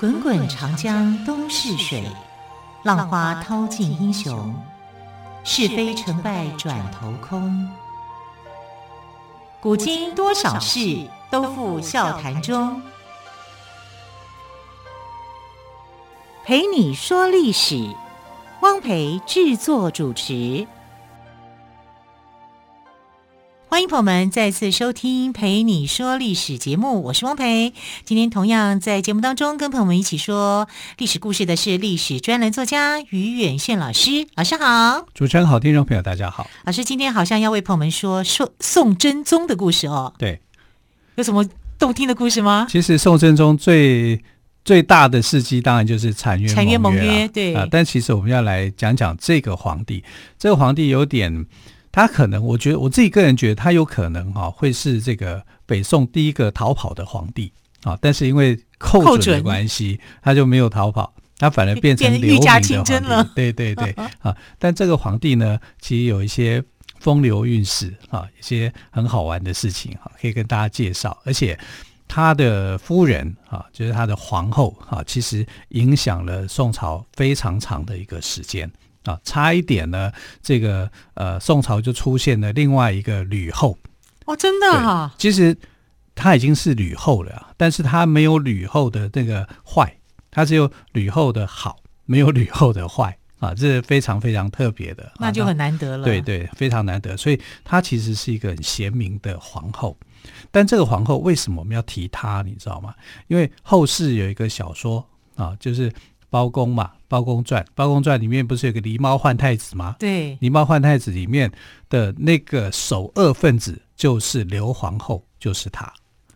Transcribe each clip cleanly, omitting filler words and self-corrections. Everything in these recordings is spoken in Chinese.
滚滚长江东逝水，浪花淘尽英雄。是非成败转头空。古今多少事，都付笑谈中。陪你说历史，汪培制作主持。欢迎朋友们再次收听陪你说历史节目，我是汪培。今天同样在节目当中跟朋友们一起说历史故事的是历史专栏作家于远炫老师。老师好。 主持人好，听众朋友大家好。 老师今天好像要为朋友们说宋真宗的故事哦。 对， 有什么动听的故事吗？ 其实宋真宗最大的事迹当然就是澶渊盟约， 对但其实我们要来讲讲这个皇帝。这个皇帝有点，他可能我觉得我自己个人觉得他有可能会是这个北宋第一个逃跑的皇帝但是因为寇准的关系，他就没有逃跑，他反而变成留名的皇帝了。对对对但这个皇帝呢，其实有一些风流韵事一些很好玩的事情可以跟大家介绍，而且他的夫人就是他的皇后其实影响了宋朝非常长的一个时间差一点呢，这个宋朝就出现了另外一个吕后。 真的其实他已经是吕后了，但是他没有吕后的那个坏，他只有吕后的好，没有吕后的坏这是非常非常特别的， 那就很难得了。 对对，非常难得，所以她其实是一个很贤明的皇后。但这个皇后为什么我们要提她，你知道吗？因为后世有一个小说就是包公嘛，包公传，包公传里面不是有个狸猫换太子吗？ 对， 狸猫换太子里面的那个首恶分子就是刘皇后，就是她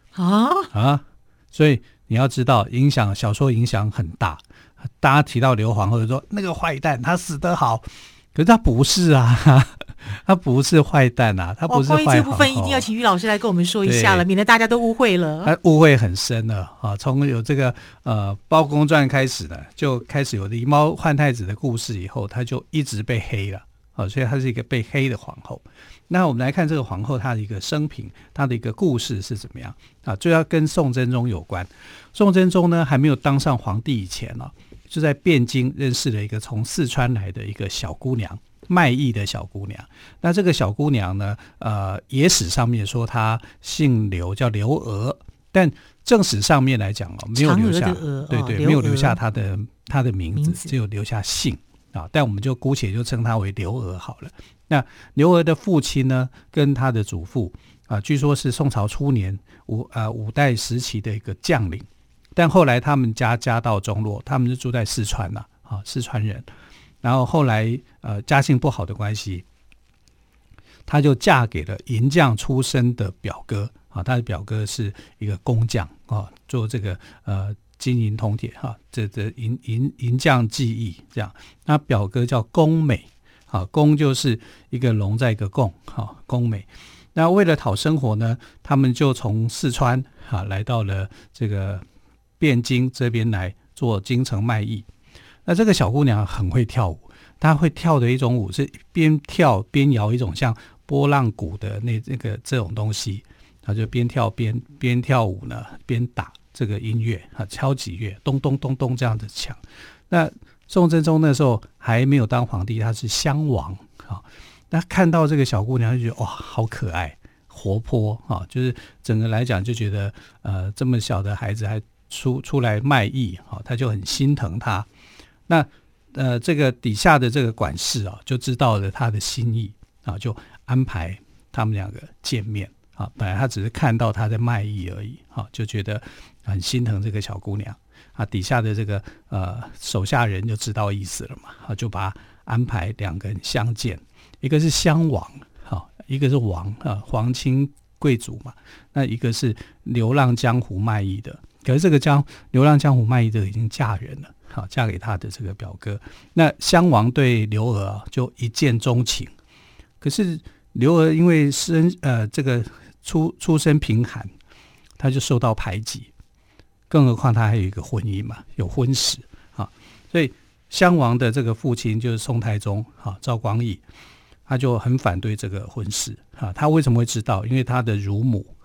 所以你要知道，小说影响很大。大家提到刘皇后就说那个坏蛋他死得好，可是他不是他不是坏蛋他不是坏皇后。 关于这部分一定要请于老师来跟我们说一下了，免得大家都误会了。 他误会很深了从有这个包公传开始呢，就开始有狸猫换太子的故事以后，他就一直被黑了所以他是一个被黑的皇后。那我们来看这个皇后她的一个生平，她的一个故事是怎么样就要跟宋真宗有关。宋真宗呢还没有当上皇帝以前就在汴京认识了一个从四川来的一个小姑娘，卖艺的小姑娘。那这个小姑娘呢野史上面说她姓刘，叫刘娥，但正史上面来讲没有留下没有留下她的名字，只有留下姓但我们就姑且就称她为刘娥好了。那刘娥的父亲呢，跟她的祖父据说是宋朝初年五代时期的一个将领，但后来他们家道中落，他们是住在四川四川人。然后后来家境不好的关系，她就嫁给了银匠出身的表哥她的表哥是一个工匠做这个金银铜铁这银匠技艺这样。那表哥叫龚美龚就是一个龙在一个贡龚美。那为了讨生活呢，他们就从四川来到了这个汴京这边来做京城卖艺。那这个小姑娘很会跳舞，她会跳的一种舞是边跳边摇一种像波浪鼓的这种东西，她就边跳边跳舞呢，边打这个音乐敲击乐，咚咚咚咚这样子抢。那宋真宗那时候还没有当皇帝，他是襄王那看到这个小姑娘就觉得哇，好可爱活泼就是整个来讲就觉得这么小的孩子还出来卖艺他就很心疼她。那这个底下的这个管事就知道了他的心意就安排他们两个见面本来他只是看到他在卖艺而已就觉得很心疼这个小姑娘底下的这个手下人就知道意思了嘛就把他安排两个人相见，一个是襄王一个是王皇亲贵族嘛，那一个是流浪江湖卖艺的。可是这个流浪江湖卖艺的已经嫁人了嫁给他的这个表哥。那襄王对刘娥就一见钟情，可是刘娥因为这个出身贫寒，他就受到排挤，更何况他还有一个婚姻嘛，有婚史所以襄王的这个父亲就是宋太宗赵光义，他就很反对这个婚事他为什么会知道？因为他的乳母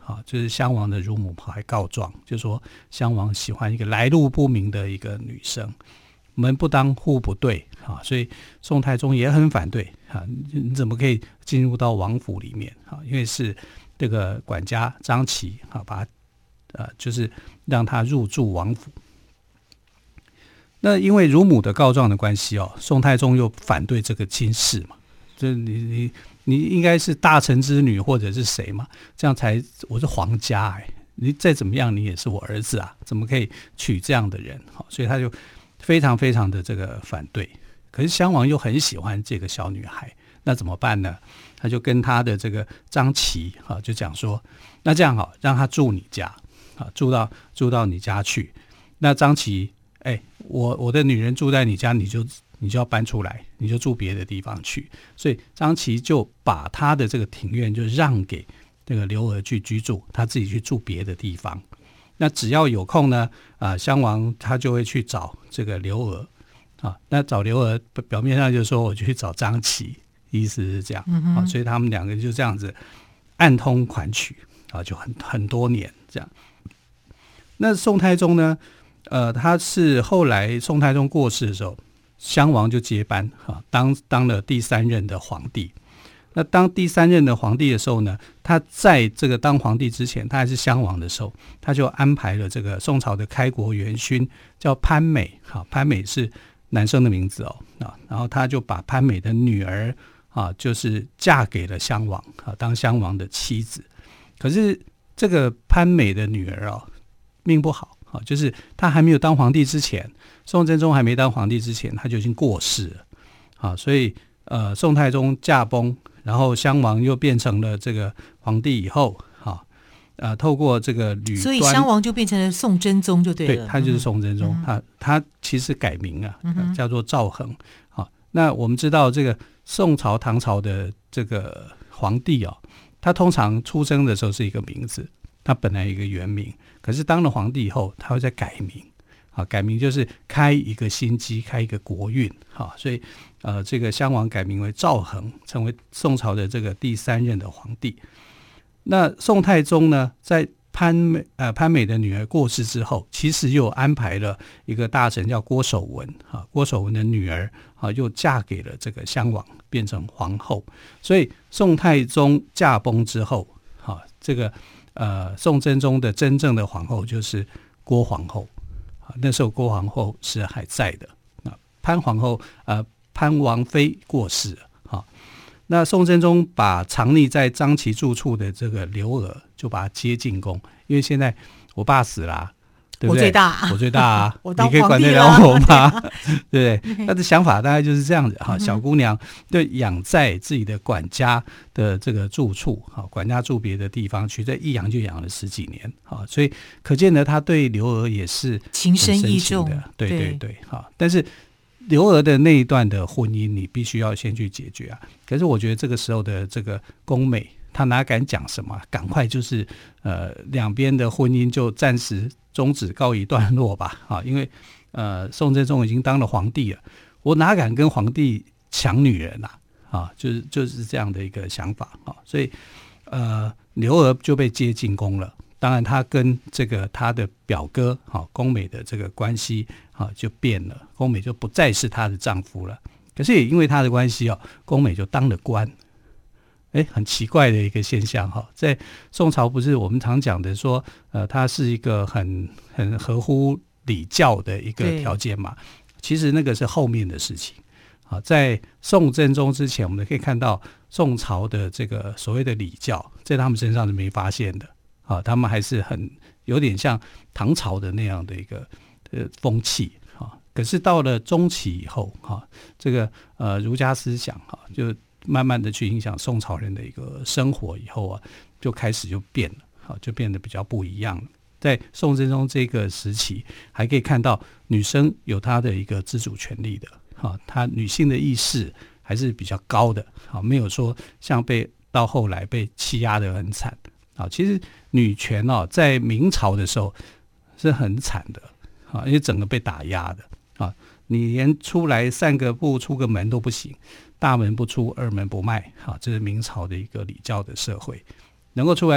就是襄王的乳母跑来告状，就说襄王喜欢一个来路不明的一个女生，门不当户不对，所以宋太宗也很反对，你怎么可以进入到王府里面，因为是这个管家张齐把就是让他入住王府。那因为乳母的告状的关系宋太宗又反对这个亲事嘛，就你应该是大臣之女或者是谁嘛，这样才我是皇家你再怎么样你也是我儿子啊，怎么可以娶这样的人，所以他就非常非常的这个反对。可是襄王又很喜欢这个小女孩，那怎么办呢？他就跟他的这个张齐就讲说，那这样好，让他住你家住到你家去。那张齐我的女人住在你家，你就要搬出来，你就住别的地方去。所以张齐就把他的这个庭院就让给这个刘娥去居住，他自己去住别的地方。那只要有空呢，襄王他就会去找这个刘娥那找刘娥表面上就说我就去找张齐，意思是这样所以他们两个就这样子暗通款曲就很多年这样。那宋太宗呢？他是后来宋太宗过世的时候，襄王就接班当了第3任的皇帝。那当第3任的皇帝的时候呢，他在这个当皇帝之前，他还是襄王的时候，他就安排了这个宋朝的开国元勋叫潘美潘美是男生的名字然后他就把潘美的女儿就是嫁给了襄王当襄王的妻子。可是这个潘美的女儿命不好就是他还没有当皇帝之前，宋真宗还没当皇帝之前，他就已经过世了所以宋太宗驾崩，然后襄王又变成了这个皇帝以后透过这个吕端， 所以襄王就变成了宋真宗就对了。 对，他就是宋真宗他其实改名叫做赵恒那我们知道这个宋朝唐朝的这个皇帝他通常出生的时候是一个名字，他本来一个原名，可是当了皇帝以后他会再改名改名就是开一个新基，开一个国运所以这个襄王改名为赵恒，成为宋朝的这个第3任的皇帝。那宋太宗呢，在潘美的女儿过世之后，其实又安排了一个大臣叫郭守文郭守文的女儿又嫁给了这个襄王，变成皇后。所以宋太宗驾崩之后这个宋真宗的真正的皇后就是郭皇后那时候郭皇后是还在的潘皇后潘王妃过世了那宋真宗把藏匿在张齐住处的这个刘娥就把她接进宫，因为现在我爸死了对不对？我最大我当你可以管得了我吗？对不对？他的想法大概就是这样子小姑娘对养在自己的管家的这个住处管家住别的地方去，这一养就养了10几年所以可见得他对刘娥也是情深意重的。对但是刘娥的那一段的婚姻你必须要先去解决可是我觉得这个时候的这个宫美他哪敢讲什么，赶快就是两边的婚姻就暂时终止告一段落吧因为宋真宗已经当了皇帝了，我哪敢跟皇帝抢女人就是这样的一个想法所以刘娥就被接进宫了。当然他跟这个他的表哥宫美的这个关系就变了，宫美就不再是她的丈夫了。可是也因为他的关系宫美就当了官。很奇怪的一个现象在宋朝不是我们常讲的说它是一个很合乎礼教的一个条件嘛，其实那个是后面的事情在宋真宗之前，我们可以看到宋朝的这个所谓的礼教在他们身上是没发现的他们还是很有点像唐朝的那样的一个风气可是到了中期以后这个儒家思想就慢慢的去影响宋朝人的一个生活以后就开始就变了就变得比较不一样了。在宋真宗这个时期还可以看到女生有她的一个自主权利的她女性的意识还是比较高的没有说像到后来被欺压得很惨其实女权在明朝的时候是很惨的因为整个被打压的你连出来散个步出个门都不行，大门不出二门不迈这是明朝的一个礼教的社会。能够出来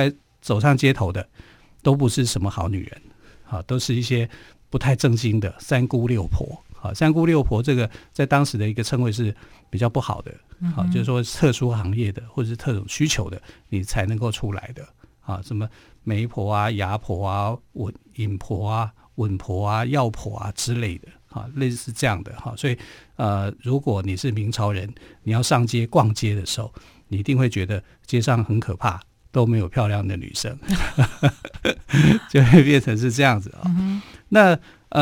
走上街头的都不是什么好女人，都是一些不太正经的三姑六婆。三姑六婆这个在当时的一个称谓是比较不好的，就是说特殊行业的或者是特种需求的你才能够出来的什么媒婆啊、牙婆啊、引婆啊、稳婆啊、药婆啊之类的类似这样的所以如果你是明朝人，你要上街逛街的时候，你一定会觉得街上很可怕，都没有漂亮的女生就会变成是这样子那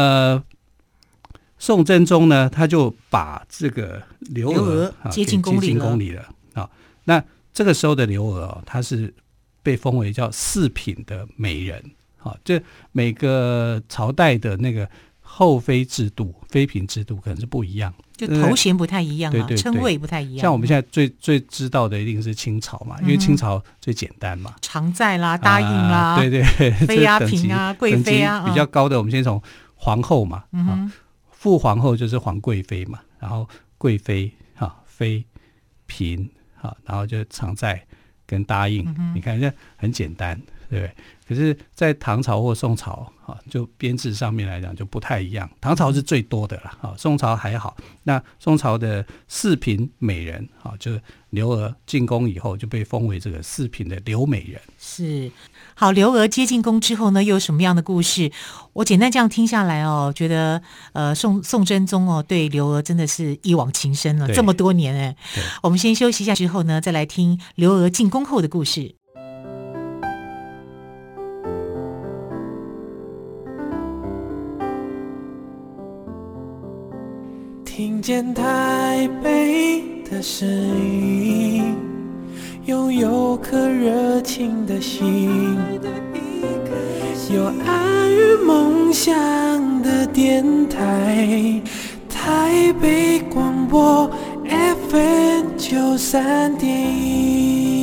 宋真宗呢，他就把这个刘娥接进宫里了那这个时候的刘娥她是被封为叫四品的美人这每个朝代的那个后妃制度、妃嫔制度可能是不一样， 就头衔不太一样对， 称谓不太一样。 像我们现在最知道的一定是清朝嘛，因为清朝最简单嘛， 常在啦、答应啦， 对， 妃啊、嫔啊、贵妃啊， 比较高的，我们先从皇后嘛，副皇后就是皇贵妃嘛，然后贵妃妃嫔然后就常在跟答应，你看这很简单，对不对？可是在唐朝或宋朝就编制上面来讲就不太一样，唐朝是最多的啦，宋朝还好。那宋朝的四品美人就是刘娥进宫以后就被封为这个四品的刘美人。 是，好，刘娥接进宫之后呢，又有什么样的故事？我简单这样听下来觉得宋真宗对刘娥真的是一往情深了，这么多年我们先休息一下之后呢，再来听刘娥进宫后的故事。 听见台北的声音，拥有颗热情的心，有爱与梦想的电台，台北广播 FM93.1。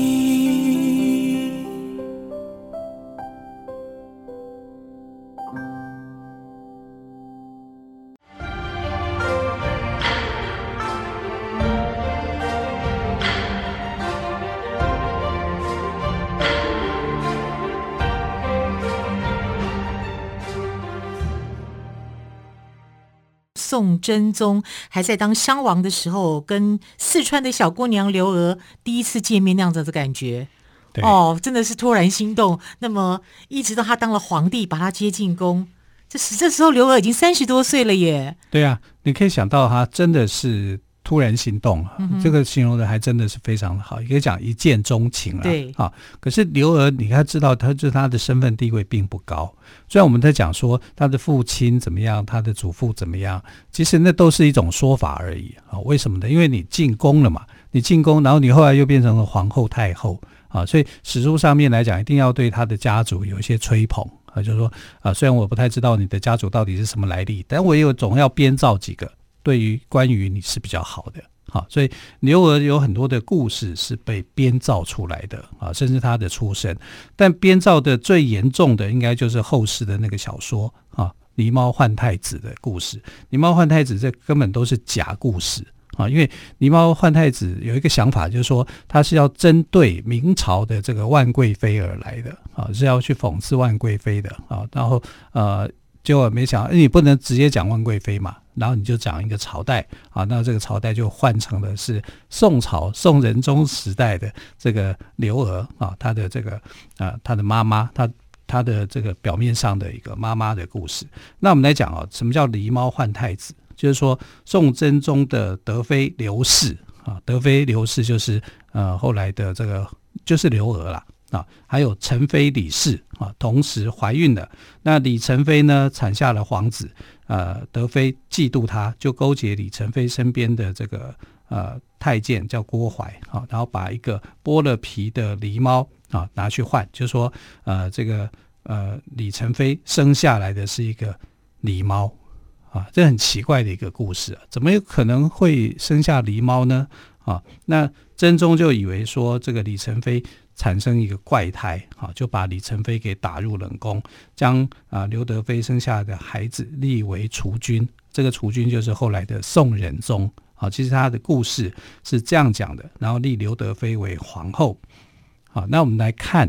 宋真宗还在当襄王的时候，跟四川的小姑娘刘娥第一次见面那样子的感觉，真的是突然心动。那么一直到他当了皇帝，把他接进宫，这时候刘娥已经30多岁了耶。 对啊，你可以想到他真的是突然心动这个形容的还真的是非常的好，也可以讲一见钟情了。 对可是刘娥你看知道他的身份地位并不高，虽然我们在讲说他的父亲怎么样，他的祖父怎么样，其实那都是一种说法而已为什么呢？因为你进宫了嘛，你进宫然后你后来又变成了皇后太后所以史书上面来讲一定要对他的家族有一些吹捧就是说虽然我不太知道你的家族到底是什么来历，但我也总要编造几个对于关于你是比较好的所以刘娥有很多的故事是被编造出来的甚至她的出身，但编造的最严重的应该就是后世的那个小说狸猫换太子的故事。狸猫换太子这根本都是假故事因为狸猫换太子有一个想法，就是说他是要针对明朝的这个万贵妃而来的是要去讽刺万贵妃的然后结果没想到你不能直接讲万贵妃嘛，然后你就讲一个朝代那这个朝代就换成了是宋朝宋仁宗时代的这个刘娥她的这个她的妈妈，她的这个表面上的一个妈妈的故事。那我们来讲什么叫狸猫换太子，就是说宋真宗的德妃刘氏德妃刘氏就是后来的这个就是刘娥啦还有陈妃李氏同时怀孕了。那李宸妃呢产下了皇子，德妃嫉妒他，就勾结李宸妃身边的这个太监叫郭槐然后把一个剥了皮的狸猫拿去换，就是说这个李宸妃生下来的是一个狸猫这很奇怪的一个故事怎么有可能会生下狸猫呢那真宗就以为说这个李宸妃产生一个怪胎就把李宸妃给打入冷宫，将刘德妃生下的孩子立为储君，这个储君就是后来的宋仁宗其实他的故事是这样讲的，然后立刘德妃为皇后那我们来看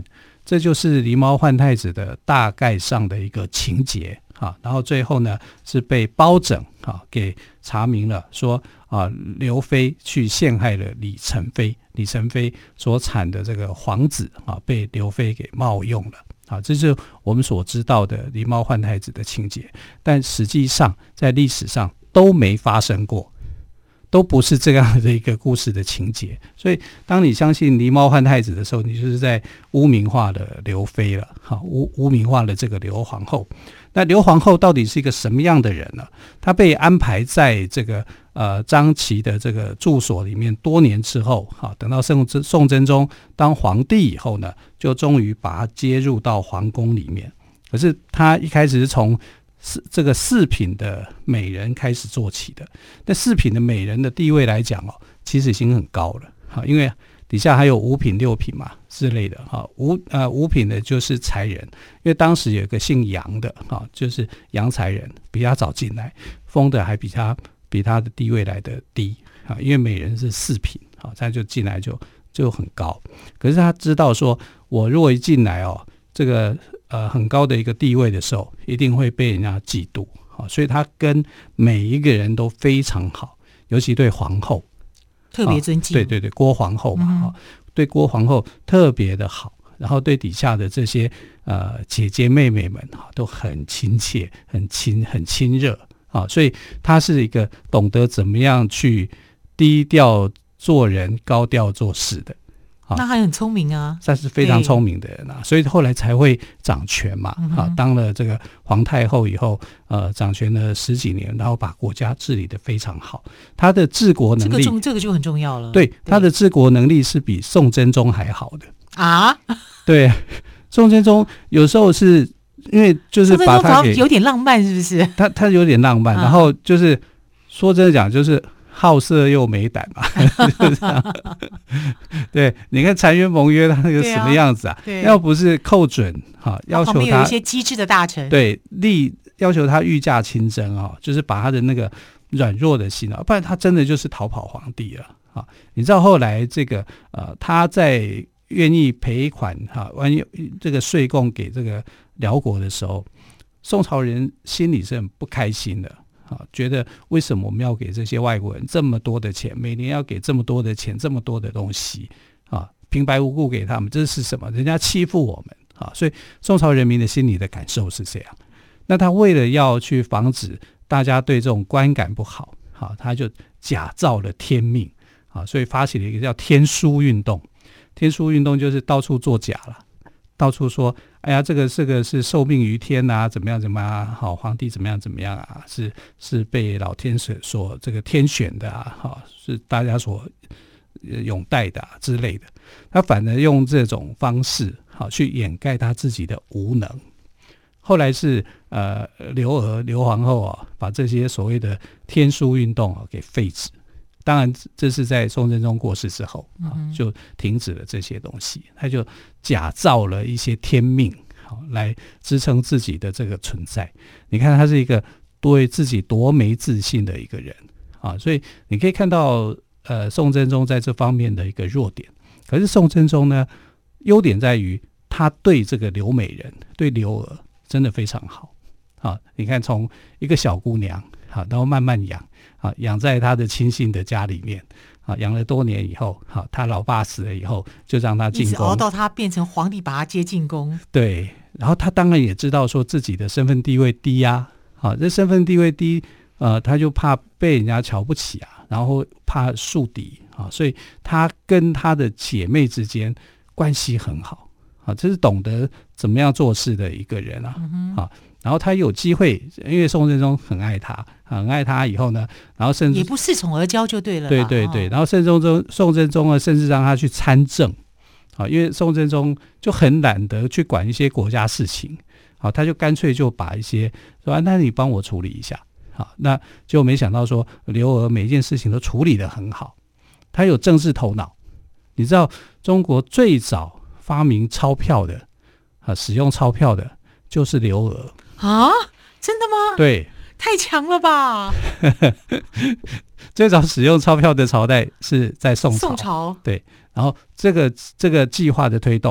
这就是狸猫换太子的大概上的一个情节啊。然后最后呢是被包拯啊给查明了，说啊刘妃去陷害了李宸妃，李宸妃所产的这个皇子啊被刘妃给冒用了啊，这是我们所知道的狸猫换太子的情节，但实际上在历史上都没发生过，都不是这样的一个故事的情节。所以当你相信狸猫换太子的时候，你就是在污名化了刘妃了，污名化了这个刘皇后。那刘皇后到底是一个什么样的人呢？她被安排在这个张琪的这个住所里面多年之后，等到宋真宗当皇帝以后呢，就终于把她接入到皇宫里面。可是她一开始是从这个四品的美人开始做起的，但四品的美人的地位来讲其实已经很高了，因为底下还有五品六品嘛之类的，五品的就是才人，因为当时有一个姓杨的，就是杨才人比他早进来，封的还比他的地位来的低，因为美人是四品，他就进来就很高。可是他知道说，我如果一进来这个很高的一个地位的时候，一定会被人家嫉妒，所以他跟每一个人都非常好，尤其对皇后特别尊敬。 对，郭皇后嘛，对郭皇后特别的好，然后对底下的这些姐姐妹妹们都很亲切，很亲热啊，所以他是一个懂得怎么样去低调做人，高调做事的。 那还很聪明啊， 他是非常聪明的人啊，所以后来才会掌权嘛，当了这个皇太后以后，掌权了10几年，然后把国家治理得非常好。他的治国能力， 这个就很重要了。 对，他的治国能力是比宋真宗还好的啊。 对，宋真宗有时候是因为就是把他给有点浪漫，是不是？ 他有点浪漫，然后就是说真的讲，就是好色又没胆嘛，就是这样。对，你看澶渊盟约他那个什么样子啊？要不是寇准要求他， 旁边有一些机智的大臣， 对，要求他御驾亲征就是把他的那个软弱的心不然他真的就是逃跑皇帝了啊！你知道后来这个他在愿意赔款这个税贡给这个辽国的时候，宋朝人心里是很不开心的。觉得为什么我们要给这些外国人这么多的钱，每年要给这么多的钱，这么多的东西平白无故给他们，这是什么？人家欺负我们所以宋朝人民的心理的感受是这样。那他为了要去防止大家对这种观感不好他就假造了天命所以发起了一个叫天书运动。天书运动就是到处作假了，到处说哎呀这个是受命于天啊，怎么样皇帝怎么样啊，是被老天所这个天选的是大家所拥戴的之类的。他反而用这种方式去掩盖他自己的无能。后来是刘皇后把这些所谓的天书运动给废止。当然这是在宋真宗过世之后就停止了这些东西。他就假造了一些天命来支撑自己的这个存在。你看他是一个对自己多没自信的一个人所以你可以看到宋真宗在这方面的一个弱点。可是宋真宗呢，优点在于他对这个刘美人，对刘娥真的非常好你看从一个小姑娘然后慢慢养在他的亲信的家里面养了多年以后他老爸死了以后就让他进宫，一直熬到他变成皇帝把他接进宫。 对，然后他当然也知道说自己的身份地位低这身份地位低他就怕被人家瞧不起然后怕树敌所以他跟他的姐妹之间关系很好这是懂得怎么样做事的一个人然后他有机会，因为宋真宗很爱他以后呢，然后甚至也不恃宠而骄就对了。 对，然后宋真宗甚至让他去参政因为宋真宗就很懒得去管一些国家事情他就干脆就把一些说那你帮我处理一下那就没想到说刘娥每一件事情都处理得很好，他有政治头脑。你知道中国最早发明钞票的使用钞票的就是刘娥真的吗？ 对， 太强了吧。 最早使用钞票的朝代是在宋朝。 对， 然后这个计划的推动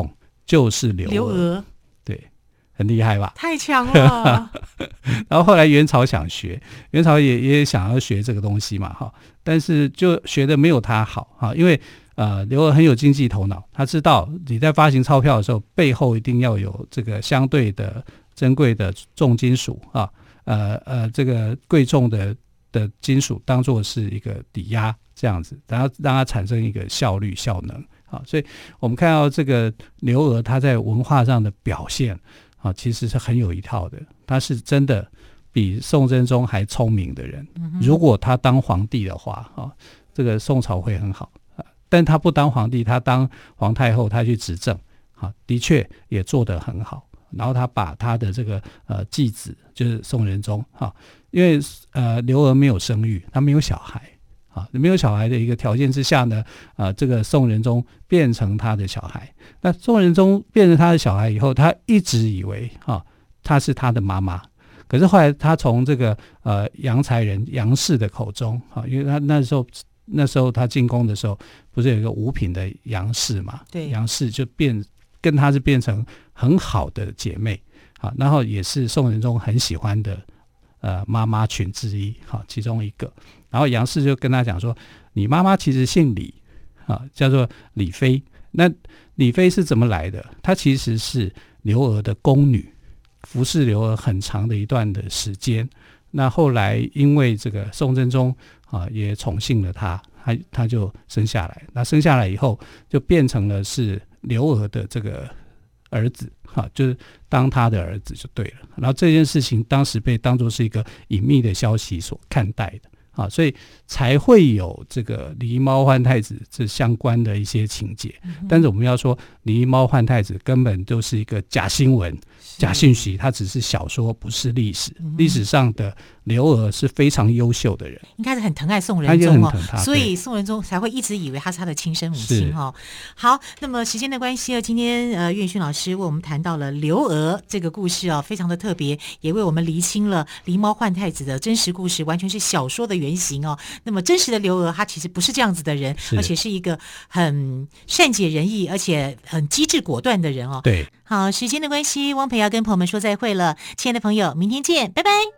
就是刘刘娥， 对，很厉害吧？ 太强了。 然后后来元朝想学，元朝也想要学这个东西嘛，哈，但是就学的没有他好哈，因为刘娥很有经济头脑，他知道你在发行钞票的时候，背后一定要有这个相对的珍贵的重金属啊，这个贵重的金属当做是一个抵押，这样子，然后让它产生一个效率效能啊，所以我们看到这个刘娥她在文化上的表现啊，其实是很有一套的，她是真的比宋真宗还聪明的人。如果他当皇帝的话啊，这个宋朝会很好啊，但他不当皇帝，他当皇太后，他去执政啊，的确也做得很好。然后他把他的这个继子就是宋仁宗哈，因为刘娥没有生育，他没有小孩啊，没有小孩的一个条件之下呢，这个宋仁宗变成他的小孩。那宋仁宗变成他的小孩以后，他一直以为他是他的妈妈，可是后来他从这个杨才人杨氏的口中因为他那时候他进宫的时候，不是有一个五品的杨氏嘛？ 对， 杨氏就跟他是变成很好的姐妹，好，然后也是宋仁宗很喜欢的妈妈群之一，好，其中一个。然后杨氏就跟他讲说，你妈妈其实姓李啊，叫做李妃。那李妃是怎么来的？她其实是刘娥的宫女，服侍刘娥很长的一段的时间。那后来因为这个宋真宗也宠幸了她，他就生下来。那生下来以后，就变成了是刘娥的这个儿子，就是当他的儿子就对了。然后这件事情当时被当作是一个隐秘的消息所看待的，所以才会有这个狸猫换太子这相关的一些情节。但是我们要说，狸猫换太子根本就是一个假新闻、假讯息，它只是小说，不是历史。历史上的刘娥是非常优秀的人， 应该是很疼爱宋仁宗所以对宋仁宗才会一直以为他是他的亲生母亲好，那么时间的关系今天岳勋老师为我们谈到了刘娥这个故事非常的特别，也为我们厘清了狸猫换太子的真实故事，完全是小说的原型那么真实的刘娥她其实不是这样子的人，而且是一个很善解人意而且很机智果断的人对， 好，时间的关系，汪培要跟朋友们说再会了，亲爱的朋友，明天见，拜拜。